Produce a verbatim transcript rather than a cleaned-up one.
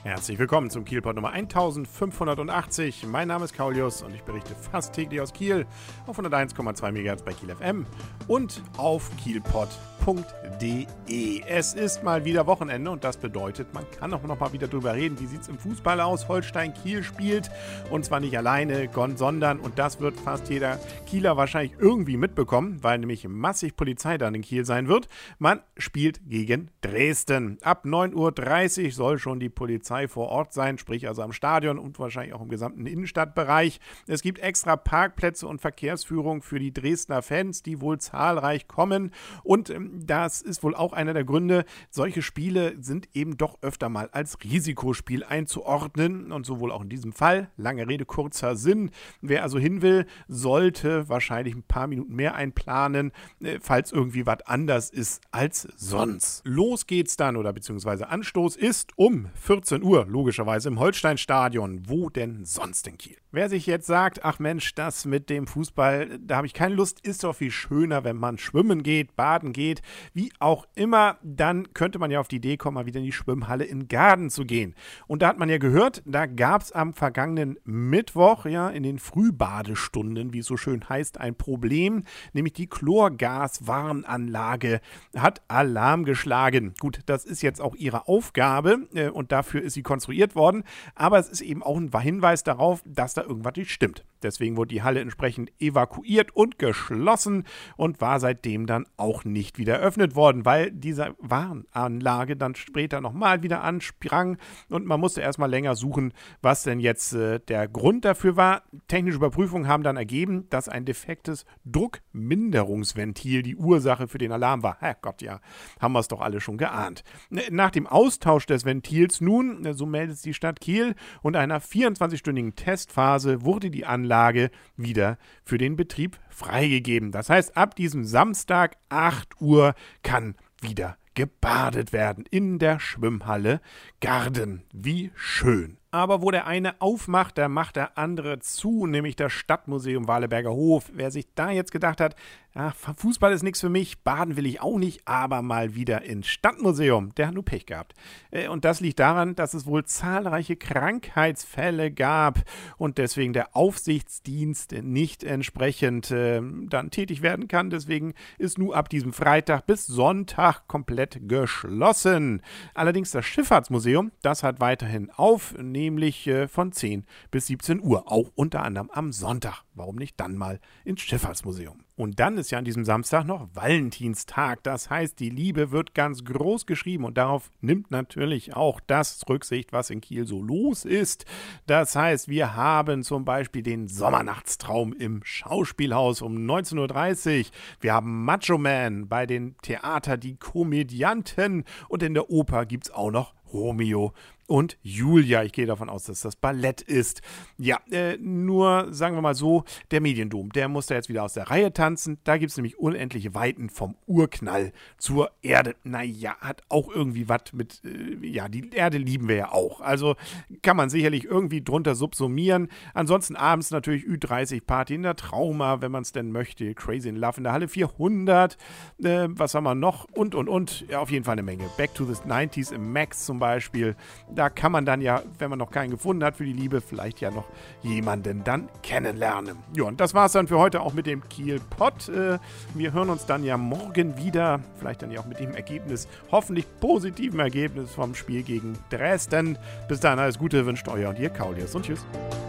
Herzlich willkommen zum Kielpot Nummer eintausendfünfhundertachtzig. Mein Name ist Kaulius und ich berichte fast täglich aus Kiel auf hunderteins Komma zwei Megahertz bei Kiel F M und auf kielpot punkt de. Es ist mal wieder Wochenende und das bedeutet, man kann auch noch mal wieder drüber reden, wie sieht es im Fußball aus. Holstein Kiel spielt und zwar nicht alleine, sondern, und das wird fast jeder Kieler wahrscheinlich irgendwie mitbekommen, weil nämlich massig Polizei dann in Kiel sein wird. Man spielt gegen Dresden. Ab neun Uhr dreißig soll schon die Polizei vor Ort sein, sprich also am Stadion und wahrscheinlich auch im gesamten Innenstadtbereich. Es gibt extra Parkplätze und Verkehrsführung für die Dresdner Fans, die wohl zahlreich kommen, und ähm, das ist wohl auch einer der Gründe. Solche Spiele sind eben doch öfter mal als Risikospiel einzuordnen und so wohl auch in diesem Fall. Lange Rede, kurzer Sinn. Wer also hin will, sollte wahrscheinlich ein paar Minuten mehr einplanen, äh, falls irgendwie was anders ist als sonst. Los geht's dann, oder beziehungsweise Anstoß ist um vierzehn Uhr, logischerweise im Holsteinstadion. Wo denn sonst in Kiel? Wer sich jetzt sagt, ach Mensch, das mit dem Fußball, da habe ich keine Lust, ist doch viel schöner, wenn man schwimmen geht, baden geht, wie auch immer, dann könnte man ja auf die Idee kommen, mal wieder in die Schwimmhalle in Gaden zu gehen. Und da hat man ja gehört, da gab es am vergangenen Mittwoch, ja, in den Frühbadestunden, wie es so schön heißt, ein Problem, nämlich die Chlorgaswarnanlage hat Alarm geschlagen. Gut, das ist jetzt auch ihre Aufgabe äh, und dafür ist sie konstruiert worden, aber es ist eben auch ein Hinweis darauf, dass da irgendwas nicht stimmt. Deswegen wurde die Halle entsprechend evakuiert und geschlossen und war seitdem dann auch nicht wieder eröffnet worden, weil diese Warnanlage dann später nochmal wieder ansprang und man musste erstmal länger suchen, was denn jetzt äh, der Grund dafür war. Technische Überprüfungen haben dann ergeben, dass ein defektes Druckminderungsventil die Ursache für den Alarm war. Herrgott, ja, haben wir es doch alle schon geahnt. Nach dem Austausch des Ventils nun, so meldet es die Stadt Kiel, und einer vierundzwanzigstündigen Testphase wurde die Anlage wieder für den Betrieb freigegeben. Das heißt, ab diesem Samstag acht Uhr kann wieder gebadet werden in der Schwimmhalle Gaden. Wie schön. Aber wo der eine aufmacht, da macht der andere zu, nämlich das Stadtmuseum Waleberger Hof. Wer sich da jetzt gedacht hat, ja, Fußball ist nichts für mich, baden will ich auch nicht, aber mal wieder ins Stadtmuseum, der hat nur Pech gehabt. Und das liegt daran, dass es wohl zahlreiche Krankheitsfälle gab und deswegen der Aufsichtsdienst nicht entsprechend äh, dann tätig werden kann. Deswegen ist nur ab diesem Freitag bis Sonntag komplett geschlossen. Allerdings das Schifffahrtsmuseum, das hat weiterhin auf, nämlich äh, von zehn bis siebzehn Uhr, auch unter anderem am Sonntag. Warum nicht dann mal ins Schifffahrtsmuseum? Und dann ist ja an diesem Samstag noch Valentinstag. Das heißt, die Liebe wird ganz groß geschrieben und darauf nimmt natürlich auch das Rücksicht, was in Kiel so los ist. Das heißt, wir haben zum Beispiel den Sommernachtstraum im Schauspielhaus um neunzehn Uhr dreißig. Wir haben Macho Man bei den Theater Die Komödianten und in der Oper gibt es auch noch Romeo und Julia. Ich gehe davon aus, dass das Ballett ist. Ja, äh, nur sagen wir mal so, der Mediendom, der muss da jetzt wieder aus der Reihe tanzen. Da gibt es nämlich unendliche Weiten vom Urknall zur Erde. Naja, hat auch irgendwie was mit, äh, ja, die Erde lieben wir ja auch. Also kann man sicherlich irgendwie drunter subsumieren. Ansonsten abends natürlich Ü dreißig Party in der Trauma, wenn man es denn möchte. Crazy in Love in der Halle vierhundert. Äh, was haben wir noch? Und, und, und. Ja, auf jeden Fall eine Menge. Back to the nineties im Max zum Beispiel. Da kann man dann ja, wenn man noch keinen gefunden hat für die Liebe, vielleicht ja noch jemanden dann kennenlernen. Ja, und das war es dann für heute auch mit dem Kiel-Pott. Äh, wir hören uns dann ja morgen wieder, vielleicht dann ja auch mit dem Ergebnis, hoffentlich positiven Ergebnis vom Spiel gegen Dresden. Bis dahin alles Gute, wünscht euer und ihr Kaulius und tschüss.